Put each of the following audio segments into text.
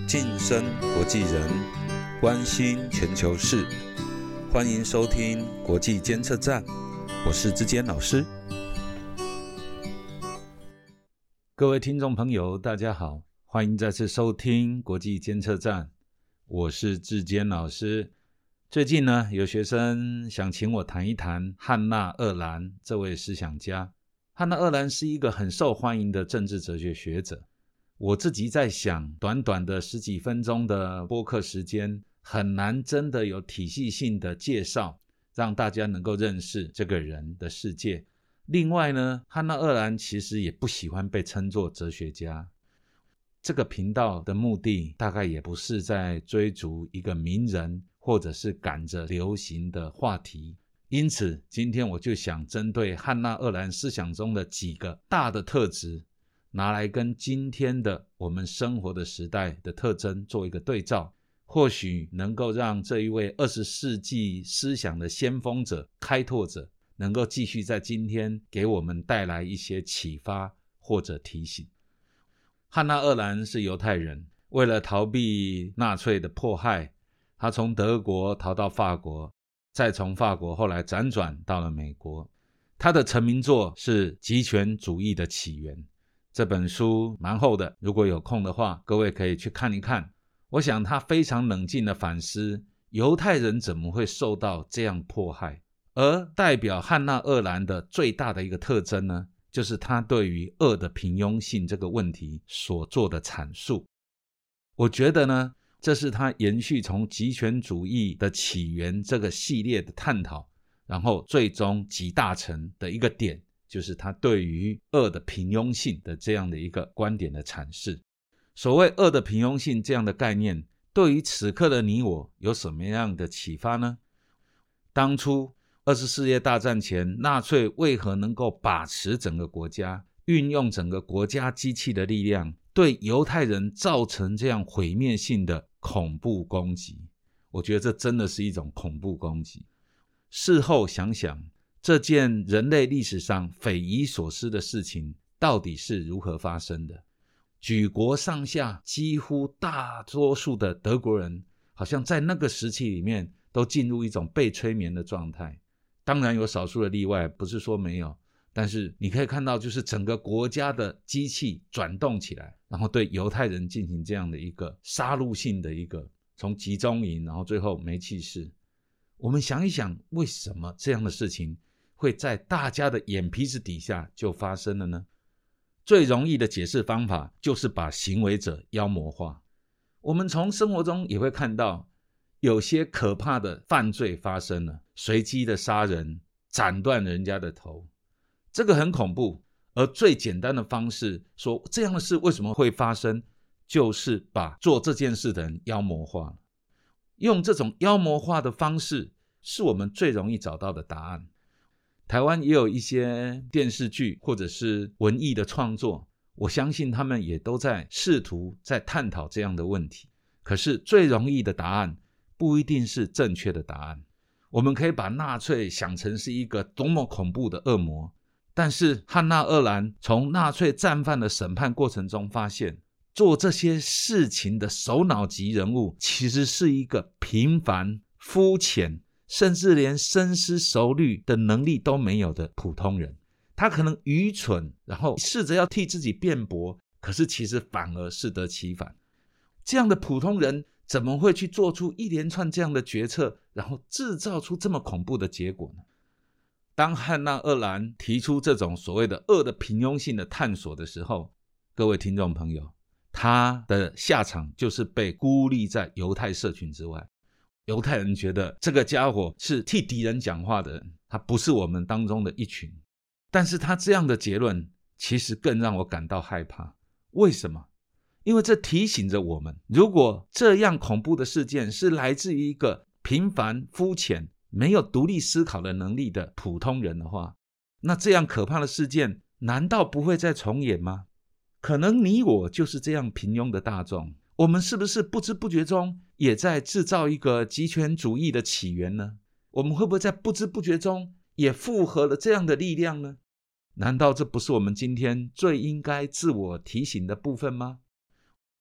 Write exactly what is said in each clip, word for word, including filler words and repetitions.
晋升国际人，关心全球事，欢迎收听国际监测站，我是志坚老师。各位听众朋友大家好，欢迎再次收听国际监测站，我是志坚老师。最近呢，有学生想请我谈一谈汉娜·鄂兰这位思想家。汉娜·鄂兰是一个很受欢迎的政治哲学学者。我自己在想，短短的十几分钟的播客时间，很难真的有体系性的介绍，让大家能够认识这个人的世界。另外呢，汉娜·鄂兰其实也不喜欢被称作哲学家。这个频道的目的大概也不是在追逐一个名人，或者是赶着流行的话题。因此，今天我就想针对汉娜·鄂兰思想中的几个大的特质，拿来跟今天的我们生活的时代的特征做一个对照，或许能够让这一位二十世纪思想的先锋者、开拓者能够继续在今天给我们带来一些启发或者提醒。汉娜·鄂兰是犹太人，为了逃避纳粹的迫害，他从德国逃到法国，再从法国后来辗转到了美国。他的成名作是《极权主义的起源》，这本书蛮厚的，如果有空的话，各位可以去看一看。我想他非常冷静的反思，犹太人怎么会受到这样迫害，而代表汉娜·鄂兰的最大的一个特征呢，就是他对于恶的平庸性这个问题所做的阐述。我觉得呢，这是他延续从极权主义的起源这个系列的探讨，然后最终集大成的一个点，就是他对于恶的平庸性的这样的一个观点的阐释。所谓恶的平庸性这样的概念，对于此刻的你我有什么样的启发呢？当初二次世界大战前，纳粹为何能够把持整个国家，运用整个国家机器的力量，对犹太人造成这样毁灭性的恐怖攻击？我觉得这真的是一种恐怖攻击。事后想想，这件人类历史上匪夷所思的事情到底是如何发生的？举国上下几乎大多数的德国人好像在那个时期里面都进入一种被催眠的状态。当然有少数的例外，不是说没有，但是你可以看到，就是整个国家的机器转动起来，然后对犹太人进行这样的一个杀戮性的一个从集中营，然后最后煤气室。我们想一想，为什么这样的事情会在大家的眼皮子底下就发生了呢？最容易的解释方法就是把行为者妖魔化。我们从生活中也会看到，有些可怕的犯罪发生了，随机的杀人，斩断人家的头，这个很恐怖。而最简单的方式说这样的事为什么会发生，就是把做这件事的人妖魔化。用这种妖魔化的方式是我们最容易找到的答案。台湾也有一些电视剧或者是文艺的创作，我相信他们也都在试图在探讨这样的问题。可是最容易的答案不一定是正确的答案。我们可以把纳粹想成是一个多么恐怖的恶魔，但是汉娜·鄂兰从纳粹战犯的审判过程中发现，做这些事情的首脑级人物其实是一个平凡、肤浅，甚至连深思熟虑的能力都没有的普通人。他可能愚蠢，然后试着要替自己辩驳，可是其实反而适得其反。这样的普通人怎么会去做出一连串这样的决策，然后制造出这么恐怖的结果呢？当汉娜·鄂兰提出这种所谓的恶的平庸性的探索的时候，各位听众朋友，他的下场就是被孤立在犹太社群之外。犹太人觉得这个家伙是替敌人讲话的人，他不是我们当中的一群。但是他这样的结论其实更让我感到害怕。为什么？因为这提醒着我们，如果这样恐怖的事件是来自于一个平凡、肤浅、没有独立思考的能力的普通人的话，那这样可怕的事件难道不会再重演吗？可能你我就是这样平庸的大众，我们是不是不知不觉中也在制造一个极权主义的起源呢？我们会不会在不知不觉中也附和了这样的力量呢？难道这不是我们今天最应该自我提醒的部分吗？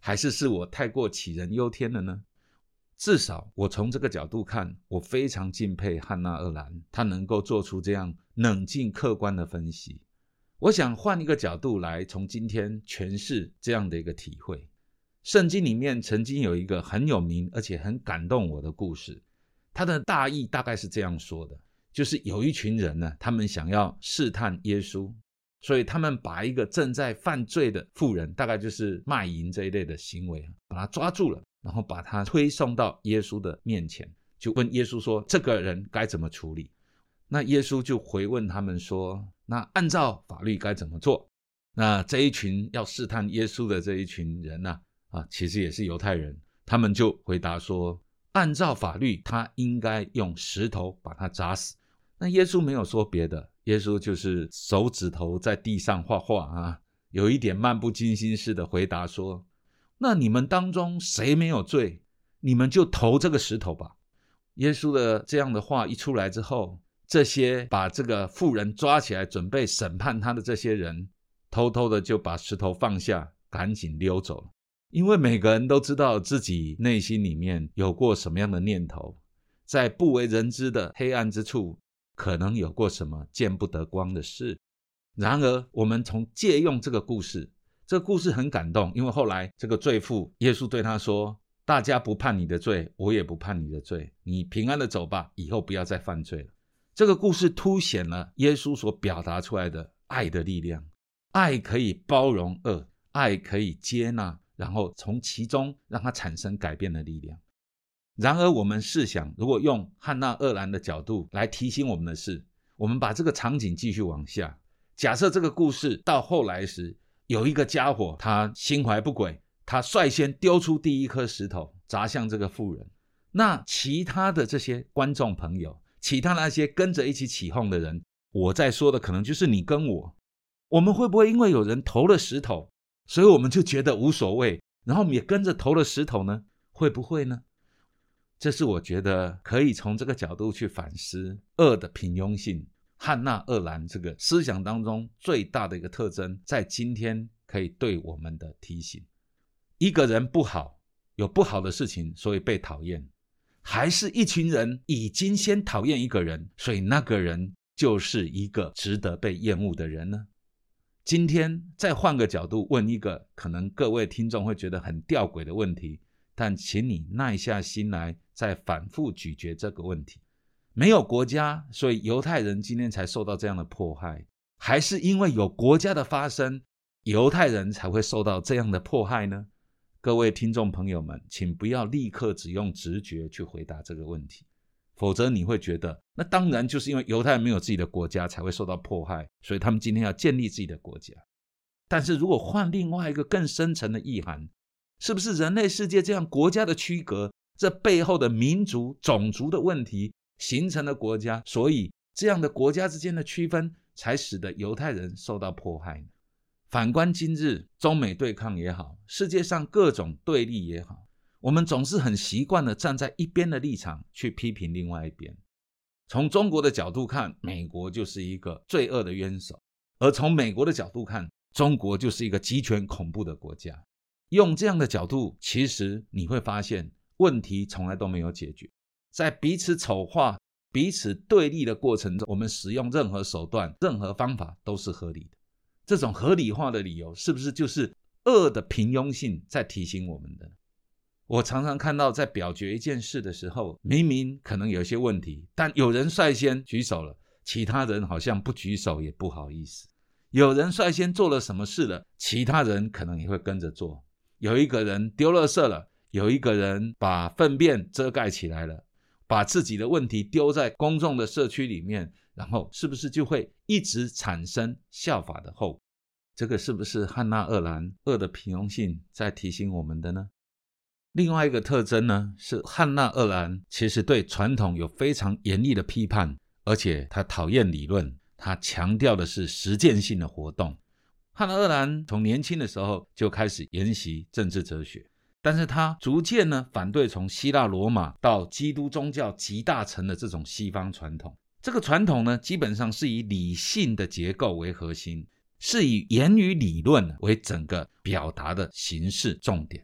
还是是我太过杞人忧天了呢？至少我从这个角度看，我非常敬佩汉娜·鄂兰，她能够做出这样冷静客观的分析。我想换一个角度来从今天诠释这样的一个体会。圣经里面曾经有一个很有名而且很感动我的故事，它的大意大概是这样说的，就是有一群人呢，他们想要试探耶稣，所以他们把一个正在犯罪的妇人，大概就是卖淫这一类的行为，把他抓住了，然后把他推送到耶稣的面前，就问耶稣说这个人该怎么处理。那耶稣就回问他们说，那按照法律该怎么做？那这一群要试探耶稣的这一群人啊，啊其实也是犹太人，他们就回答说，按照法律他应该用石头把他砸死。那耶稣没有说别的，耶稣就是手指头在地上画画啊，有一点漫不经心似的回答说，那你们当中谁没有罪，你们就投这个石头吧。耶稣的这样的话一出来之后，这些把这个妇人抓起来准备审判他的这些人，偷偷的就把石头放下，赶紧溜走了。因为每个人都知道自己内心里面有过什么样的念头，在不为人知的黑暗之处可能有过什么见不得光的事。然而我们从借用这个故事，这个故事很感动，因为后来这个罪妇，耶稣对他说，大家不判你的罪，我也不判你的罪，你平安的走吧，以后不要再犯罪了。这个故事凸显了耶稣所表达出来的爱的力量，爱可以包容恶，爱可以接纳，然后从其中让它产生改变的力量。然而我们试想，如果用汉娜·鄂兰的角度来提醒我们的是，我们把这个场景继续往下，假设这个故事到后来时，有一个家伙他心怀不轨，他率先丢出第一颗石头砸向这个妇人，那其他的这些观众朋友，其他那些跟着一起起哄的人，我在说的可能就是你跟我，我们会不会因为有人投了石头，所以我们就觉得无所谓，然后我们也跟着投了石头呢？会不会呢？这是我觉得可以从这个角度去反思恶的平庸性。汉娜·鄂兰这个思想当中最大的一个特征，在今天可以对我们的提醒。一个人不好，有不好的事情，所以被讨厌，还是一群人已经先讨厌一个人，所以那个人就是一个值得被厌恶的人呢？今天再换个角度问一个可能各位听众会觉得很吊诡的问题，但请你耐下心来再反复咀嚼这个问题。没有国家，所以犹太人今天才受到这样的迫害，还是因为有国家的发生，犹太人才会受到这样的迫害呢？各位听众朋友们，请不要立刻只用直觉去回答这个问题，否则你会觉得那当然就是因为犹太人没有自己的国家才会受到迫害，所以他们今天要建立自己的国家。但是如果换另外一个更深层的意涵，是不是人类世界这样国家的区隔，这背后的民族种族的问题形成了国家，所以这样的国家之间的区分才使得犹太人受到迫害呢？反观今日，中美对抗也好，世界上各种对立也好，我们总是很习惯的站在一边的立场去批评另外一边。从中国的角度看，美国就是一个罪恶的冤首，而从美国的角度看，中国就是一个极权恐怖的国家。用这样的角度，其实你会发现问题从来都没有解决。在彼此丑化、彼此对立的过程中，我们使用任何手段、任何方法都是合理的。这种合理化的理由，是不是就是恶的平庸性在提醒我们的？我常常看到在表决一件事的时候，明明可能有一些问题，但有人率先举手了，其他人好像不举手也不好意思。有人率先做了什么事了，其他人可能也会跟着做。有一个人丢垃圾了，有一个人把粪便遮盖起来了，把自己的问题丢在公众的社区里面，然后是不是就会一直产生效法的后果？这个是不是汉娜·鄂兰恶的平庸性在提醒我们的呢？另外一个特征呢，是汉娜·鄂兰其实对传统有非常严厉的批判，而且他讨厌理论，他强调的是实践性的活动。汉娜·鄂兰从年轻的时候就开始研习政治哲学，但是他逐渐呢反对从希腊罗马到基督宗教集大成的这种西方传统。这个传统呢基本上是以理性的结构为核心，是以言语理论为整个表达的形式重点。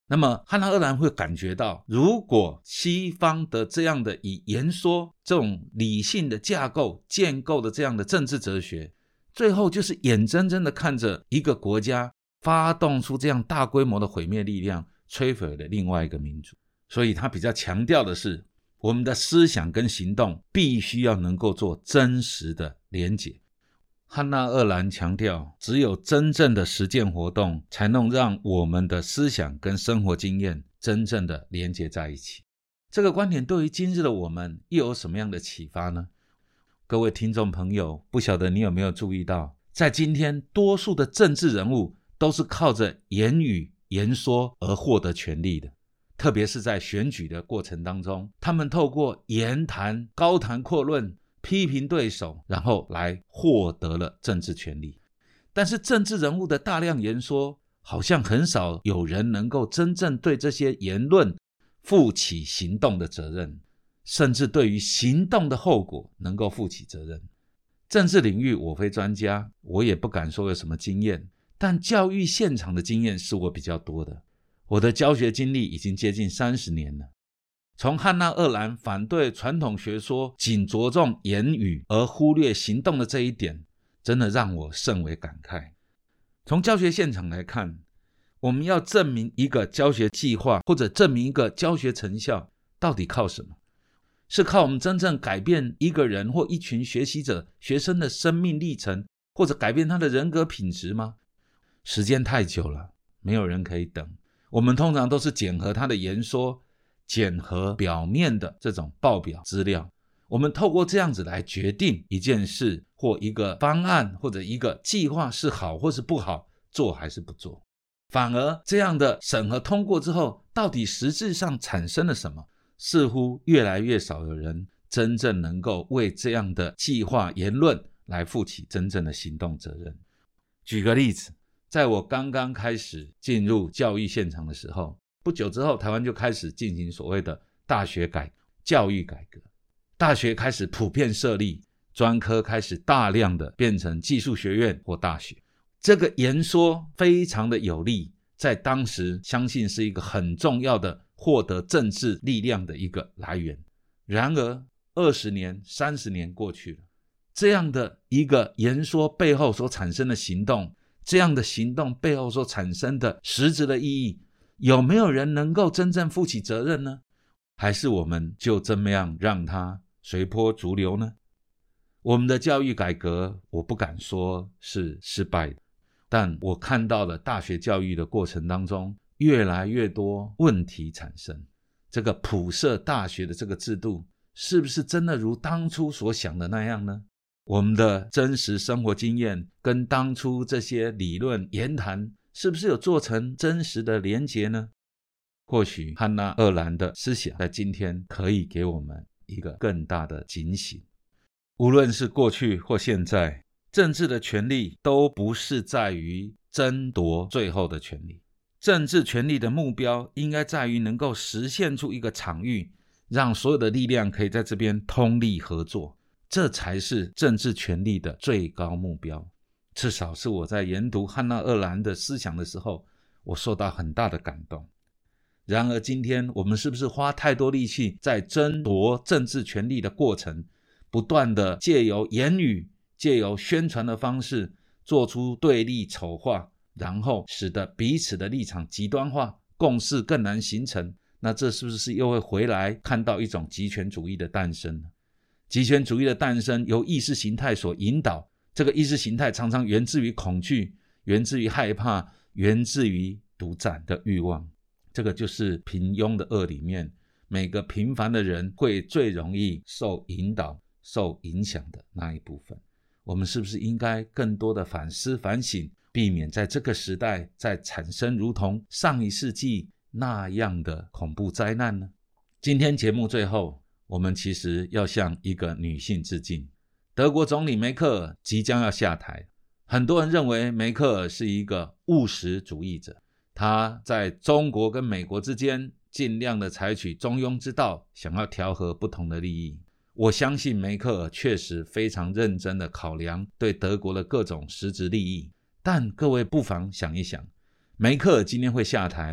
那么汉娜·鄂兰会感觉到，如果西方的这样的以言说这种理性的架构建构的这样的政治哲学，最后就是眼睁睁的看着一个国家发动出这样大规模的毁灭力量，摧毁了另外一个民族。所以他比较强调的是，我们的思想跟行动必须要能够做真实的连结。汉娜·鄂兰强调，只有真正的实践活动才能让我们的思想跟生活经验真正的连结在一起。这个观点对于今日的我们又有什么样的启发呢？各位听众朋友，不晓得你有没有注意到，在今天多数的政治人物都是靠着言语言说而获得权力的，特别是在选举的过程当中，他们透过言谈高谈阔论批评对手，然后来获得了政治权利。但是政治人物的大量言说，好像很少有人能够真正对这些言论负起行动的责任，甚至对于行动的后果能够负起责任。政治领域我非专家，我也不敢说有什么经验，但教育现场的经验是我比较多的。我的教学经历已经接近三十年了。从汉娜·鄂兰反对传统学说仅着重言语而忽略行动的这一点，真的让我甚为感慨。从教学现场来看，我们要证明一个教学计划或者证明一个教学成效，到底靠什么？是靠我们真正改变一个人或一群学习者学生的生命历程，或者改变他的人格品质吗？时间太久了，没有人可以等。我们通常都是检核他的言说，检核表面的这种报表资料，我们透过这样子来决定一件事或一个方案或者一个计划是好或是不好，做还是不做。反而这样的审核通过之后，到底实质上产生了什么，似乎越来越少有人真正能够为这样的计划言论来负起真正的行动责任。举个例子，在我刚刚开始进入教育现场的时候，不久之后台湾就开始进行所谓的大学改教育改革，大学开始普遍设立，专科开始大量的变成技术学院或大学。这个言说非常的有力，在当时相信是一个很重要的获得政治力量的一个来源。然而二十年三十年过去了，这样的一个言说背后所产生的行动，这样的行动背后所产生的实质的意义，有没有人能够真正负起责任呢？还是我们就这么样让它随波逐流呢？我们的教育改革，我不敢说是失败的，但我看到了大学教育的过程当中，越来越多问题产生。这个普设大学的这个制度，是不是真的如当初所想的那样呢？我们的真实生活经验跟当初这些理论言谈，是不是有做成真实的连结呢？或许汉娜·鄂兰的思想在今天可以给我们一个更大的警醒。无论是过去或现在，政治的权利都不是在于争夺最后的权利，政治权利的目标应该在于能够实现出一个场域，让所有的力量可以在这边通力合作，这才是政治权利的最高目标。至少是我在研读汉娜·鄂兰的思想的时候，我受到很大的感动。然而今天我们是不是花太多力气在争夺政治权利的过程，不断的借由言语借由宣传的方式做出对立丑化，然后使得彼此的立场极端化，共识更难形成？那这是不是又会回来看到一种极权主义的诞生呢？极权主义的诞生由意识形态所引导，这个意识形态常常源自于恐惧，源自于害怕，源自于独占的欲望。这个就是平庸的恶里面，每个平凡的人会最容易受引导受影响的那一部分。我们是不是应该更多的反思反省，避免在这个时代再产生如同上一世纪那样的恐怖灾难呢？今天节目最后，我们其实要向一个女性致敬。德国总理梅克尔即将要下台，很多人认为梅克尔是一个务实主义者，他在中国跟美国之间尽量的采取中庸之道，想要调和不同的利益。我相信梅克尔确实非常认真的考量对德国的各种实质利益，但各位不妨想一想，梅克尔今天会下台，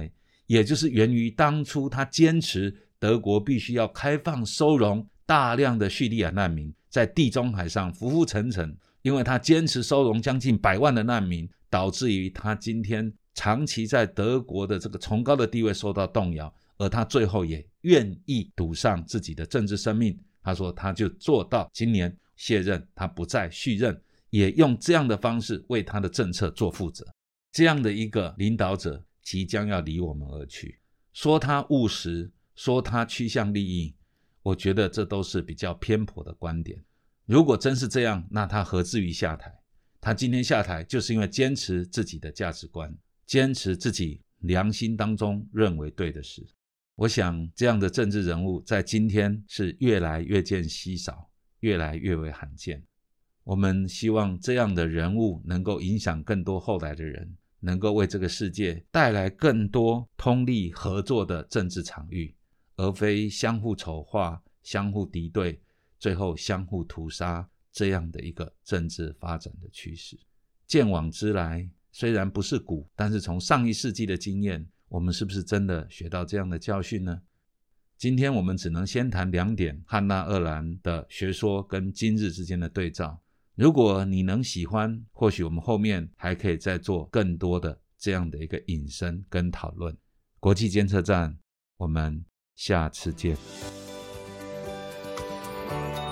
也就是源于当初他坚持德国必须要开放收容大量的叙利亚难民，在地中海上浮浮沉沉，因为他坚持收容将近百万的难民，导致于他今天长期在德国的这个崇高的地位受到动摇，而他最后也愿意赌上自己的政治生命。他说他就做到今年卸任，他不再续任，也用这样的方式为他的政策做负责。这样的一个领导者即将要离我们而去，说他务实，说他趋向利益，我觉得这都是比较偏颇的观点。如果真是这样，那他何至于下台？他今天下台就是因为坚持自己的价值观，坚持自己良心当中认为对的事。我想这样的政治人物在今天是越来越见稀少，越来越为罕见。我们希望这样的人物能够影响更多后来的人，能够为这个世界带来更多通力合作的政治场域，而非相互丑化、相互敌对，最后相互屠杀这样的一个政治发展的趋势。见往知来，虽然不是古，但是从上一世纪的经验，我们是不是真的学到这样的教训呢？今天我们只能先谈两点汉娜·鄂兰的学说跟今日之间的对照。如果你能喜欢，或许我们后面还可以再做更多的这样的一个引申跟讨论。国际监测站，我们下次见。